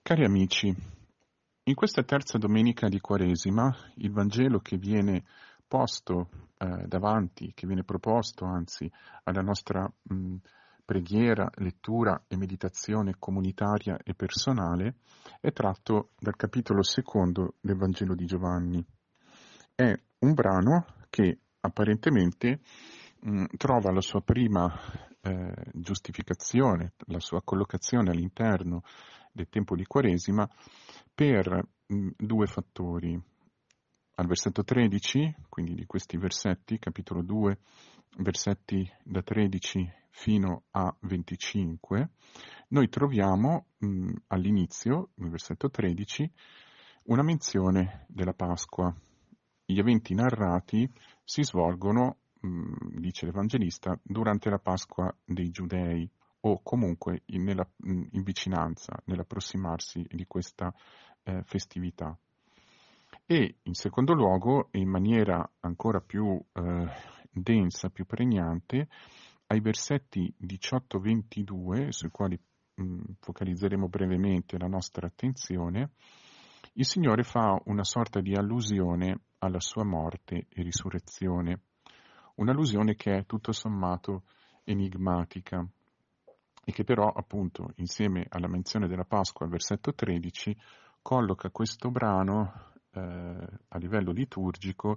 Cari amici, in questa terza domenica di Quaresima, il Vangelo che viene posto davanti, che viene proposto anzi alla nostra preghiera, lettura e meditazione comunitaria e personale, è tratto dal capitolo secondo del Vangelo di Giovanni. È un brano che apparentemente trova la sua prima giustificazione, la sua collocazione all'interno del tempo di Quaresima per due fattori. Al versetto 13, quindi di questi versetti, capitolo 2, versetti da 13 fino a 25, noi troviamo all'inizio, nel versetto 13, una menzione della Pasqua. Gli eventi narrati si svolgono, dice l'Evangelista, durante la Pasqua dei Giudei, o comunque in vicinanza, nell'approssimarsi di questa festività. E in secondo luogo, e in maniera ancora più densa, più pregnante, ai versetti 18-22, sui quali focalizzeremo brevemente la nostra attenzione, il Signore fa una sorta di allusione alla sua morte e risurrezione, un'allusione che è tutto sommato enigmatica e che però, appunto, insieme alla menzione della Pasqua al versetto 13, colloca questo brano a livello liturgico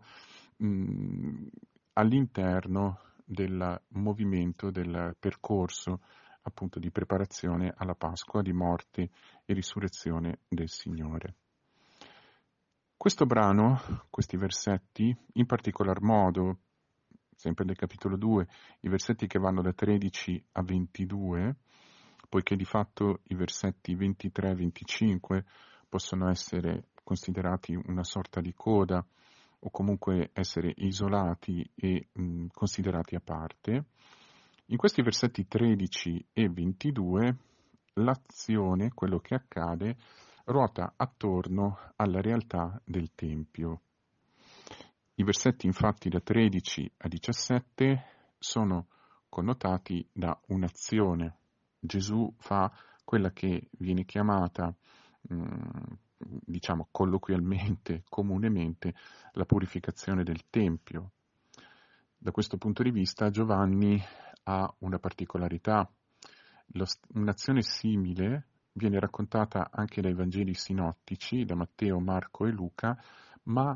all'interno del movimento, del percorso appunto di preparazione alla Pasqua, di morte e risurrezione del Signore. Questo brano, questi versetti, in particolar modo, sempre nel capitolo 2, i versetti che vanno da 13 a 22, poiché di fatto i versetti 23 e 25 possono essere considerati una sorta di coda o comunque essere isolati e considerati a parte. In questi versetti 13 e 22 l'azione, quello che accade, ruota attorno alla realtà del Tempio. I versetti infatti da 13 a 17 sono connotati da un'azione. Gesù fa quella che viene chiamata, diciamo colloquialmente, comunemente, la purificazione del Tempio. Da questo punto di vista Giovanni ha una particolarità. Un'azione simile viene raccontata anche dai Vangeli sinottici, da Matteo, Marco e Luca, ma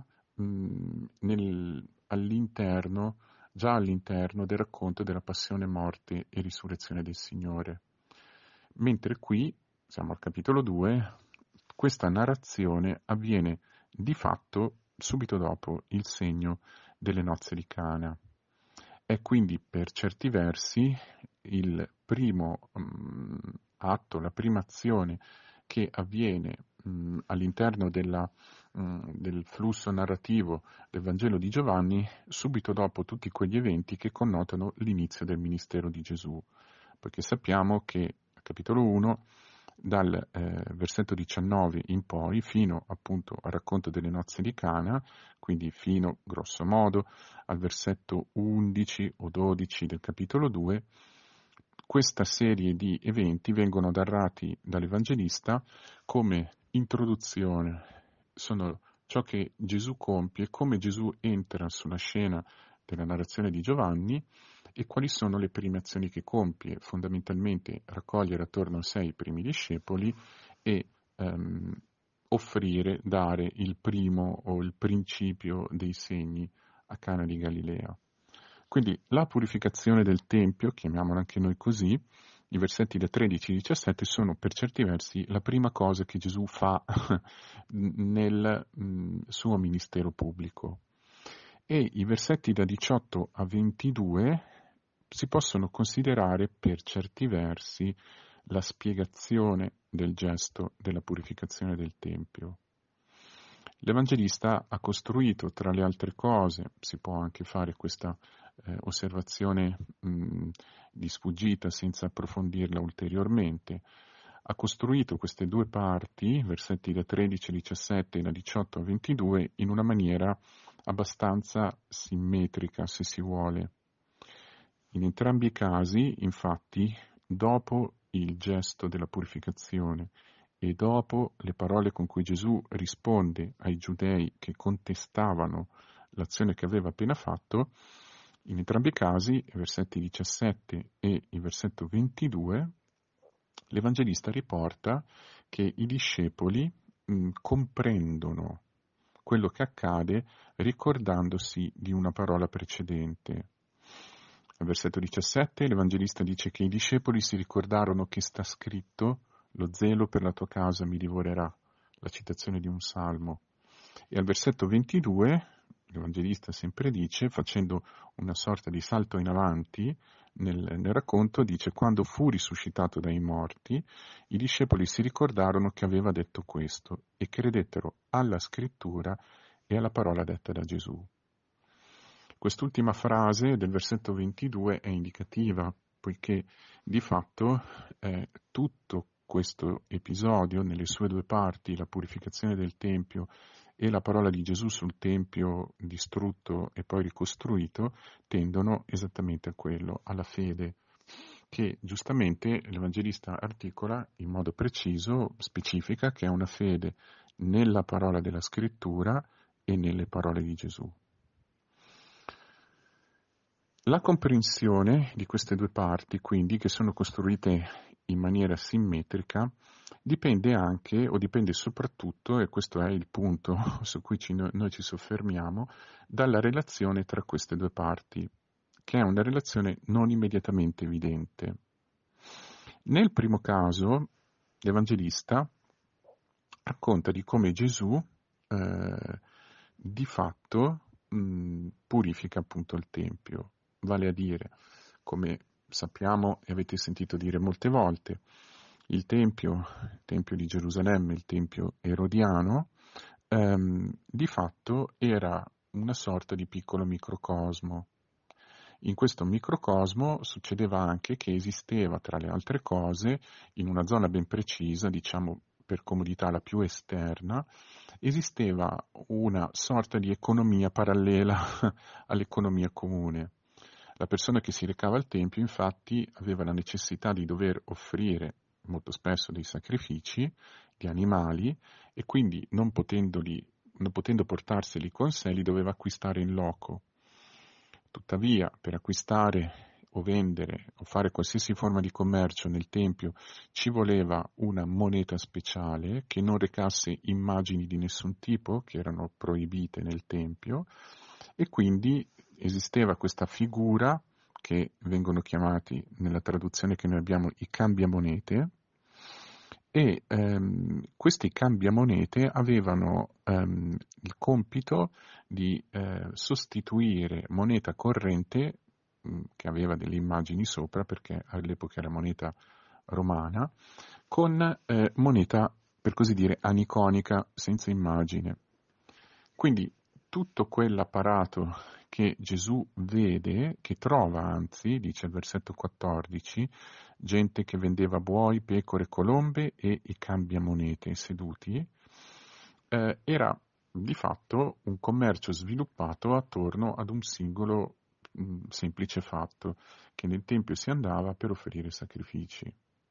già all'interno del racconto della passione, morte e risurrezione del Signore. Mentre qui, siamo al capitolo 2, questa narrazione avviene di fatto subito dopo il segno delle nozze di Cana. È quindi per certi versi il primo atto, la prima azione che avviene all'interno del flusso narrativo del Vangelo di Giovanni subito dopo tutti quegli eventi che connotano l'inizio del ministero di Gesù, perché sappiamo che al capitolo 1 dal versetto 19 in poi, fino appunto al racconto delle nozze di Cana, quindi fino, grosso modo, al versetto 11 o 12 del capitolo 2, questa serie di eventi vengono narrati dall'Evangelista come introduzione, sono ciò che Gesù compie, come Gesù entra sulla scena della narrazione di Giovanni e quali sono le prime azioni che compie, fondamentalmente raccogliere attorno a sé i primi discepoli e offrire, dare il primo o il principio dei segni a Cana di Galilea. Quindi la purificazione del Tempio, chiamiamola anche noi così, i versetti da 13 e 17 sono per certi versi la prima cosa che Gesù fa nel suo ministero pubblico. E i versetti da 18 a 22 si possono considerare per certi versi la spiegazione del gesto della purificazione del Tempio. L'Evangelista ha costruito, tra le altre cose, si può anche fare questa osservazione di sfuggita senza approfondirla ulteriormente, ha costruito queste due parti, versetti da 13 a 17 e da 18 a 22, in una maniera abbastanza simmetrica, se si vuole. In entrambi i casi, infatti, dopo il gesto della purificazione e dopo le parole con cui Gesù risponde ai giudei che contestavano l'azione che aveva appena fatto, in entrambi i casi, i versetti 17 e il versetto 22, l'Evangelista riporta che i discepoli comprendono quello che accade ricordandosi di una parola precedente. Al versetto 17 l'Evangelista dice che i discepoli si ricordarono che sta scritto: lo zelo per la tua casa mi divorerà, la citazione di un salmo. E al versetto 22 l'Evangelista sempre dice, facendo una sorta di salto in avanti nel racconto, dice: quando fu risuscitato dai morti, i discepoli si ricordarono che aveva detto questo e credettero alla scrittura e alla parola detta da Gesù. Quest'ultima frase del versetto 22 è indicativa, poiché di fatto tutto questo episodio, nelle sue due parti, la purificazione del Tempio e la parola di Gesù sul Tempio distrutto e poi ricostruito, tendono esattamente a quello, alla fede, che giustamente l'Evangelista articola in modo preciso, specifica, che è una fede nella parola della Scrittura e nelle parole di Gesù. La comprensione di queste due parti, quindi, che sono costruite in maniera simmetrica, dipende anche, o dipende soprattutto, e questo è il punto su cui noi ci soffermiamo, dalla relazione tra queste due parti, che è una relazione non immediatamente evidente. Nel primo caso, l'Evangelista racconta di come Gesù di fatto purifica appunto il Tempio. Vale a dire, come sappiamo e avete sentito dire molte volte, il Tempio di Gerusalemme, il Tempio erodiano, di fatto era una sorta di piccolo microcosmo. In questo microcosmo succedeva anche che esisteva, tra le altre cose, in una zona ben precisa, diciamo per comodità la più esterna, esisteva una sorta di economia parallela all'economia comune. La persona che si recava al Tempio, infatti, aveva la necessità di dover offrire molto spesso dei sacrifici di animali e quindi non potendo portarseli con sé, li doveva acquistare in loco. Tuttavia, per acquistare o vendere o fare qualsiasi forma di commercio nel Tempio ci voleva una moneta speciale che non recasse immagini di nessun tipo, che erano proibite nel Tempio, e quindi esisteva questa figura che vengono chiamati nella traduzione che noi abbiamo i cambiamonete, e questi cambiamonete avevano il compito di sostituire moneta corrente, che aveva delle immagini sopra, perché all'epoca era moneta romana, con moneta, per così dire, aniconica, senza immagine. Quindi tutto quell'apparato che Gesù vede, che trova anzi, dice il versetto 14, gente che vendeva buoi, pecore, colombe e i cambiamonete seduti, era di fatto un commercio sviluppato attorno ad un singolo semplice fatto, che nel Tempio si andava per offrire sacrifici.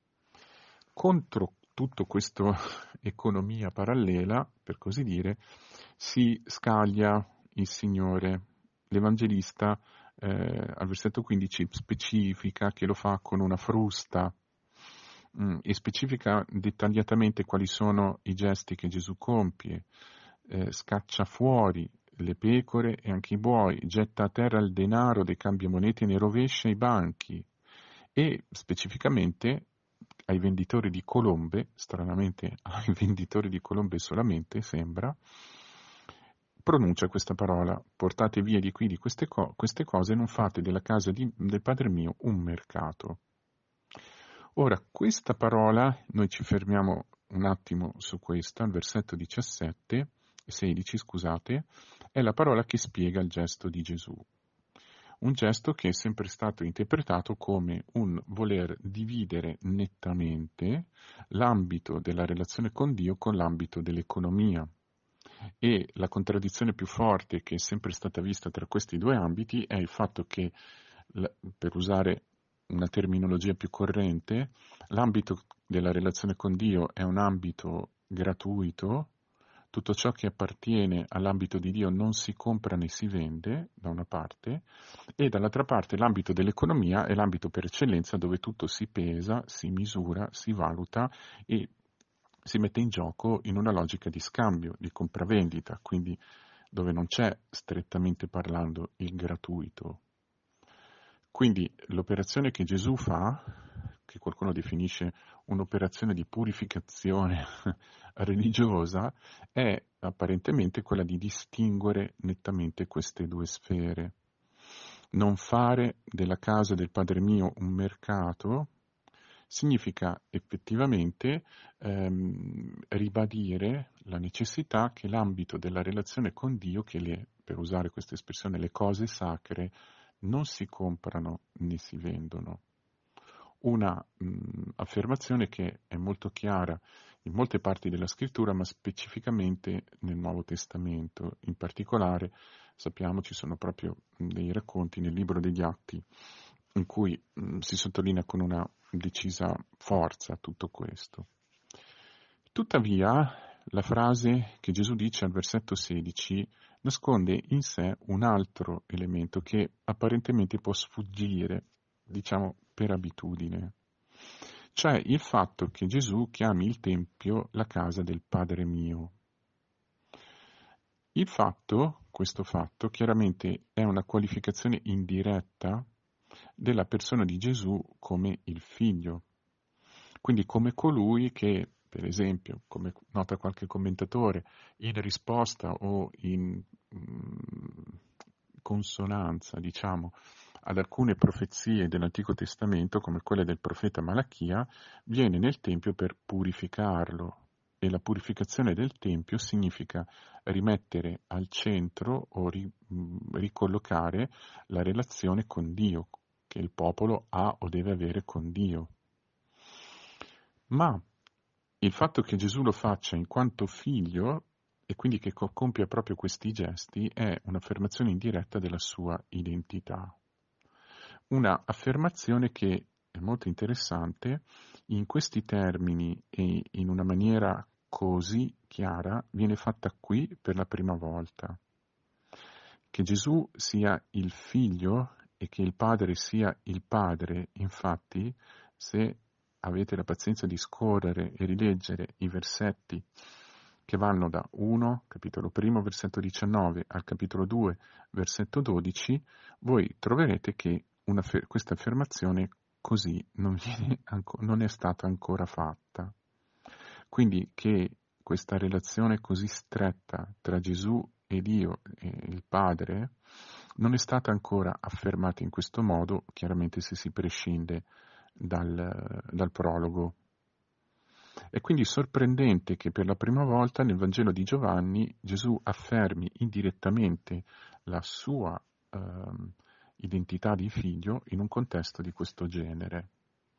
Contro tutto questo economia parallela, per così dire, si scaglia il Signore. L'Evangelista al versetto 15 specifica che lo fa con una frusta e specifica dettagliatamente quali sono i gesti che Gesù compie. Scaccia fuori le pecore e anche i buoi, getta a terra il denaro dei cambiamoneti e ne rovescia i banchi. E specificamente ai venditori di colombe, stranamente ai venditori di colombe solamente, sembra, pronuncia questa parola: portate via di qui di queste cose, non fate della casa del Padre mio un mercato. Ora, questa parola, noi ci fermiamo un attimo su questa, al versetto 16, scusate, è la parola che spiega il gesto di Gesù. Un gesto che è sempre stato interpretato come un voler dividere nettamente l'ambito della relazione con Dio con l'ambito dell'economia. E la contraddizione più forte che è sempre stata vista tra questi due ambiti è il fatto che, per usare una terminologia più corrente, l'ambito della relazione con Dio è un ambito gratuito, tutto ciò che appartiene all'ambito di Dio non si compra né si vende, da una parte, e dall'altra parte l'ambito dell'economia è l'ambito per eccellenza dove tutto si pesa, si misura, si valuta e si mette in gioco in una logica di scambio, di compravendita, quindi dove non c'è strettamente parlando il gratuito. Quindi l'operazione che Gesù fa, che qualcuno definisce un'operazione di purificazione religiosa, è apparentemente quella di distinguere nettamente queste due sfere. Non fare della casa del Padre mio un mercato significa effettivamente ribadire la necessità che l'ambito della relazione con Dio, per usare questa espressione, le cose sacre, non si comprano né si vendono. Una affermazione che è molto chiara in molte parti della scrittura, ma specificamente nel Nuovo Testamento. In particolare, sappiamo, ci sono proprio dei racconti nel libro degli Atti in cui si sottolinea con una decisa forza tutto questo. Tuttavia, la frase che Gesù dice al versetto 16 nasconde in sé un altro elemento che apparentemente può sfuggire, diciamo, per abitudine, cioè il fatto che Gesù chiami il Tempio la casa del Padre mio. Questo fatto, chiaramente è una qualificazione indiretta della persona di Gesù come il Figlio, quindi come colui che, per esempio, come nota qualche commentatore, in risposta o in consonanza, diciamo, ad alcune profezie dell'Antico Testamento, come quelle del profeta Malachia, viene nel Tempio per purificarlo. E la purificazione del Tempio significa rimettere al centro o ricollocare la relazione con Dio, che il popolo ha o deve avere con Dio. Ma il fatto che Gesù lo faccia in quanto figlio e quindi che compia proprio questi gesti è un'affermazione indiretta della sua identità. Una affermazione che è molto interessante, in questi termini e in una maniera così chiara viene fatta qui per la prima volta. Che Gesù sia il figlio e che il Padre sia il Padre, infatti, se avete la pazienza di scorrere e rileggere i versetti che vanno da 1, capitolo 1, versetto 19, al capitolo 2, versetto 12, voi troverete che questa affermazione così non è stata ancora fatta. Quindi che questa relazione così stretta tra Gesù e Dio e il Padre non è stata ancora affermata in questo modo, chiaramente se si prescinde dal prologo. È quindi sorprendente che per la prima volta nel Vangelo di Giovanni Gesù affermi indirettamente la sua identità di figlio in un contesto di questo genere.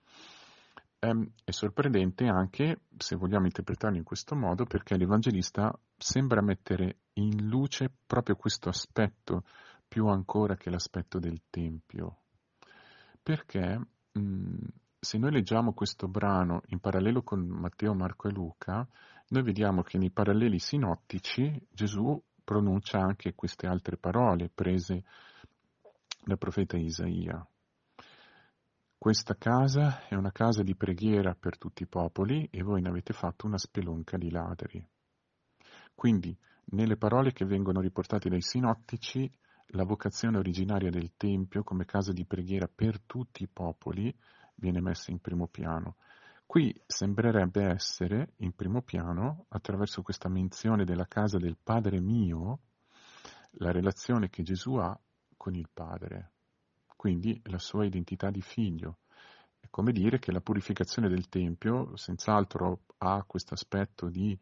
È sorprendente anche, se vogliamo interpretarlo in questo modo, perché l'Evangelista sembra mettere in luce proprio questo aspetto, più ancora che l'aspetto del Tempio. Perché se noi leggiamo questo brano in parallelo con Matteo, Marco e Luca, noi vediamo che nei paralleli sinottici Gesù pronuncia anche queste altre parole prese dal profeta Isaia. Questa casa è una casa di preghiera per tutti i popoli e voi ne avete fatto una spelonca di ladri. Quindi, nelle parole che vengono riportate dai sinottici, la vocazione originaria del Tempio come casa di preghiera per tutti i popoli viene messa in primo piano. Qui sembrerebbe essere in primo piano, attraverso questa menzione della casa del Padre mio, la relazione che Gesù ha con il Padre, quindi la sua identità di figlio. È come dire che la purificazione del Tempio senz'altro ha questo aspetto di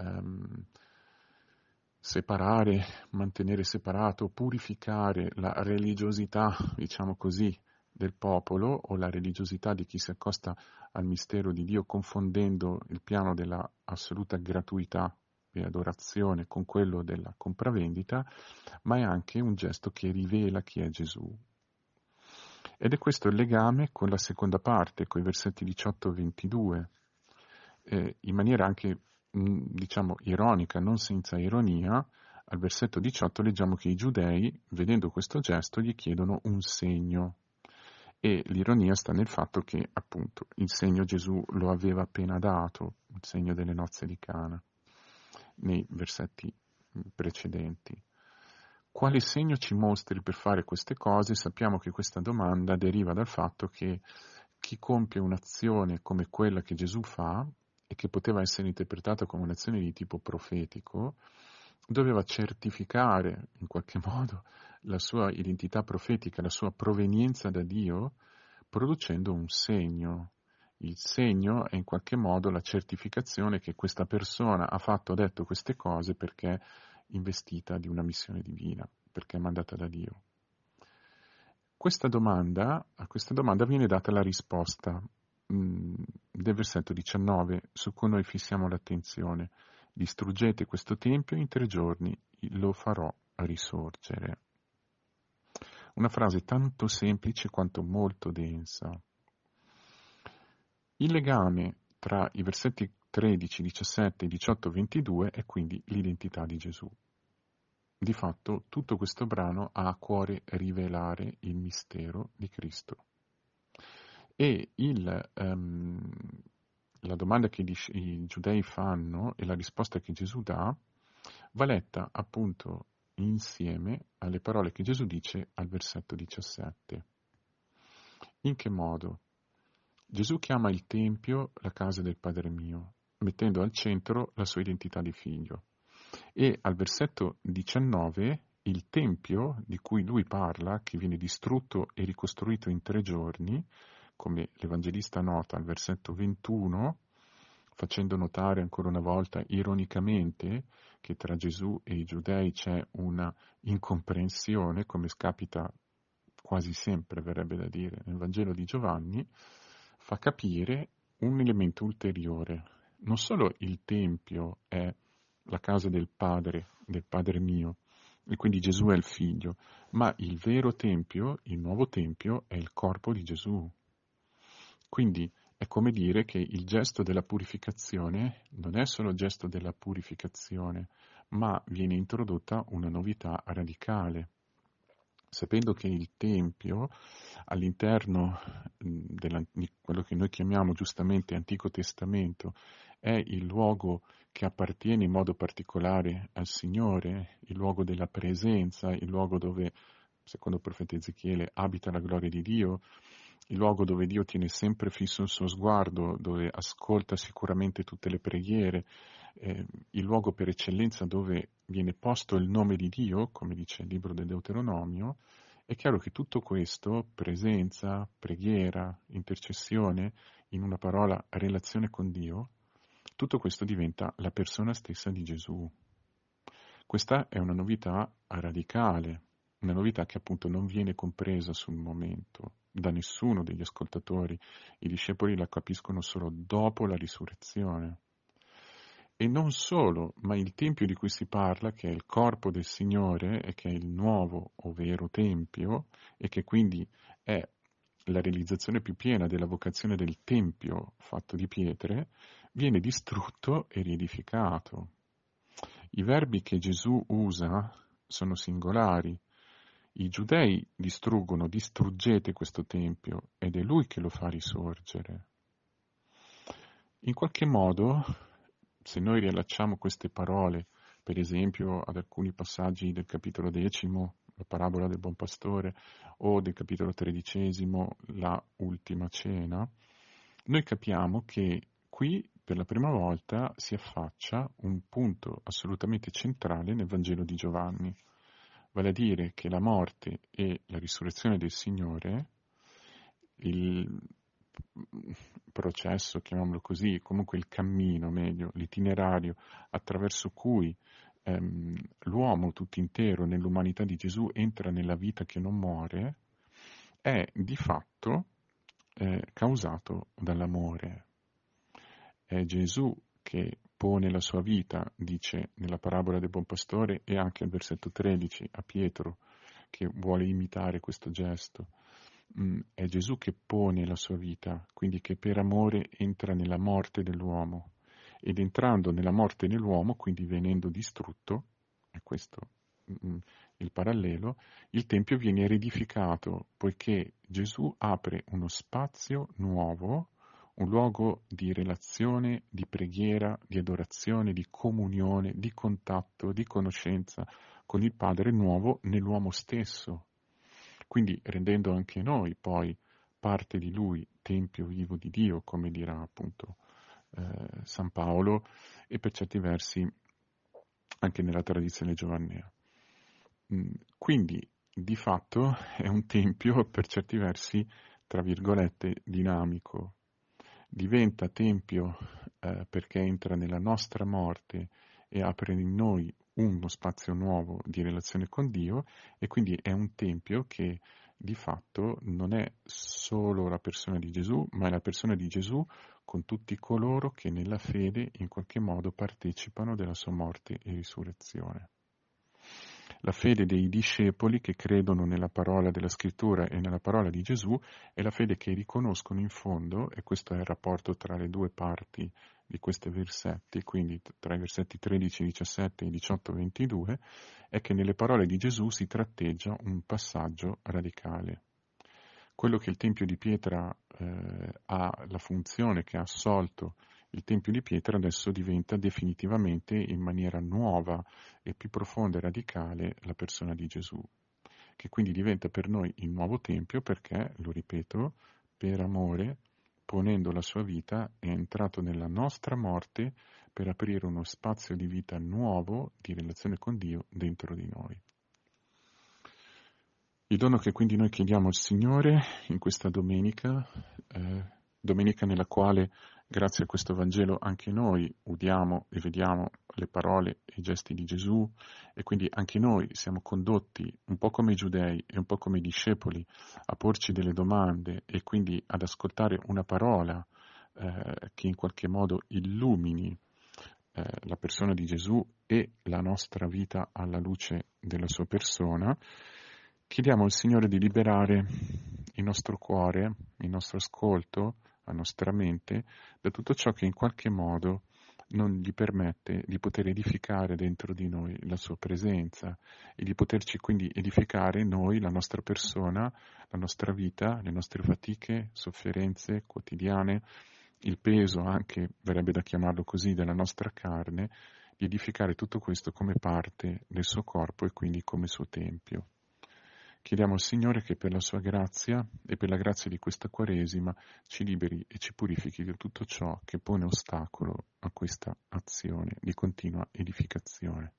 separare, mantenere separato, purificare la religiosità, diciamo così, del popolo o la religiosità di chi si accosta al mistero di Dio confondendo il piano della assoluta gratuità e adorazione con quello della compravendita, ma è anche un gesto che rivela chi è Gesù. Ed è questo il legame con la seconda parte, con i versetti 18 e 22, in maniera anche, diciamo, ironica, non senza ironia. Al versetto 18 leggiamo che i giudei, vedendo questo gesto, gli chiedono un segno. E l'ironia sta nel fatto che, appunto, il segno Gesù lo aveva appena dato, il segno delle nozze di Cana, nei versetti precedenti. Quale segno ci mostri per fare queste cose? Sappiamo che questa domanda deriva dal fatto che chi compie un'azione come quella che Gesù fa, e che poteva essere interpretata come un'azione di tipo profetico, doveva certificare in qualche modo la sua identità profetica, la sua provenienza da Dio, producendo un segno. Il segno è in qualche modo la certificazione che questa persona ha fatto, ha detto queste cose perché è investita di una missione divina, perché è mandata da Dio. A questa domanda viene data la risposta del versetto 19, su cui noi fissiamo l'attenzione. Distruggete questo tempio in 3 giorni, lo farò risorgere. Una frase tanto semplice quanto molto densa. Il legame tra i versetti 13, 17, 18, 22 è quindi l'identità di Gesù. Di fatto tutto questo brano ha a cuore rivelare il mistero di Cristo. E la domanda che i giudei fanno e la risposta che Gesù dà va letta appunto insieme alle parole che Gesù dice al versetto 17. In che modo? Gesù chiama il Tempio la casa del Padre mio, mettendo al centro la sua identità di figlio. E al versetto 19 il Tempio di cui lui parla, che viene distrutto e ricostruito in 3 giorni, come l'Evangelista nota al versetto 21, facendo notare ancora una volta ironicamente che tra Gesù e i giudei c'è una incomprensione, come capita quasi sempre, verrebbe da dire, nel Vangelo di Giovanni, fa capire un elemento ulteriore. Non solo il Tempio è la casa del Padre mio, e quindi Gesù è il figlio, ma il vero Tempio, il nuovo Tempio, è il corpo di Gesù. Quindi è come dire che il gesto della purificazione non è solo il gesto della purificazione, ma viene introdotta una novità radicale. Sapendo che il Tempio, all'interno di quello che noi chiamiamo giustamente Antico Testamento, è il luogo che appartiene in modo particolare al Signore, il luogo della presenza, il luogo dove, secondo il profeta Ezechiele, abita la gloria di Dio, il luogo dove Dio tiene sempre fisso il suo sguardo, dove ascolta sicuramente tutte le preghiere, il luogo per eccellenza dove viene posto il nome di Dio, come dice il libro del Deuteronomio. È chiaro che tutto questo, presenza, preghiera, intercessione, in una parola relazione con Dio, tutto questo diventa la persona stessa di Gesù. Questa è una novità radicale, una novità che appunto non viene compresa sul momento da nessuno degli ascoltatori. I discepoli la capiscono solo dopo la risurrezione. E non solo, ma il Tempio di cui si parla, che è il corpo del Signore e che è il nuovo o vero Tempio, e che quindi è la realizzazione più piena della vocazione del Tempio fatto di pietre, viene distrutto e riedificato. I verbi che Gesù usa sono singolari. I giudei distruggete questo Tempio, ed è Lui che lo fa risorgere. In qualche modo, se noi riallacciamo queste parole, per esempio, ad alcuni passaggi del capitolo 10, la parabola del buon pastore, o del capitolo 13, la ultima cena, noi capiamo che qui per la prima volta si affaccia un punto assolutamente centrale nel Vangelo di Giovanni, vale a dire che la morte e la risurrezione del Signore, il processo, chiamiamolo così, comunque il cammino, meglio, l'itinerario attraverso cui l'uomo tutto intero nell'umanità di Gesù entra nella vita che non muore, è di fatto causato dall'amore. È Gesù che pone la sua vita, dice nella parabola del buon pastore e anche al versetto 13 a Pietro, che vuole imitare questo gesto. È Gesù che pone la sua vita, quindi che per amore entra nella morte dell'uomo, ed entrando nella morte dell'uomo, quindi venendo distrutto, è questo il parallelo, il Tempio viene riedificato poiché Gesù apre uno spazio nuovo, un luogo di relazione, di preghiera, di adorazione, di comunione, di contatto, di conoscenza con il Padre nuovo nell'uomo stesso. Quindi rendendo anche noi poi parte di Lui, Tempio vivo di Dio, come dirà appunto San Paolo, e per certi versi anche nella tradizione giovannea. Quindi di fatto è un tempio per certi versi, tra virgolette, dinamico. Diventa tempio perché entra nella nostra morte e apre in noi uno spazio nuovo di relazione con Dio, e quindi è un tempio che di fatto non è solo la persona di Gesù, ma è la persona di Gesù con tutti coloro che nella fede in qualche modo partecipano della sua morte e risurrezione. La fede dei discepoli che credono nella parola della Scrittura e nella parola di Gesù è la fede che riconoscono in fondo, e questo è il rapporto tra le due parti di questi versetti, quindi tra i versetti 13, 17 e 18, 22, è che nelle parole di Gesù si tratteggia un passaggio radicale. Quello che il Tempio di pietra ha la funzione che ha assolto il Tempio di pietra adesso diventa definitivamente in maniera nuova e più profonda e radicale la persona di Gesù, che quindi diventa per noi il nuovo Tempio perché, lo ripeto, per amore, ponendo la sua vita, è entrato nella nostra morte per aprire uno spazio di vita nuovo, di relazione con Dio, dentro di noi. Il dono che quindi noi chiediamo al Signore in questa domenica, domenica nella quale, grazie a questo Vangelo, anche noi udiamo e vediamo le parole e i gesti di Gesù, e quindi anche noi siamo condotti, un po' come i giudei e un po' come i discepoli, a porci delle domande e quindi ad ascoltare una parola che in qualche modo illumini la persona di Gesù e la nostra vita alla luce della sua persona. Chiediamo al Signore di liberare il nostro cuore, il nostro ascolto, la nostra mente da tutto ciò che in qualche modo non gli permette di poter edificare dentro di noi la sua presenza e di poterci quindi edificare noi, la nostra persona, la nostra vita, le nostre fatiche, sofferenze quotidiane, il peso anche, verrebbe da chiamarlo così, della nostra carne, di edificare tutto questo come parte del suo corpo e quindi come suo tempio. Chiediamo al Signore che per la sua grazia e per la grazia di questa Quaresima ci liberi e ci purifichi da tutto ciò che pone ostacolo a questa azione di continua edificazione.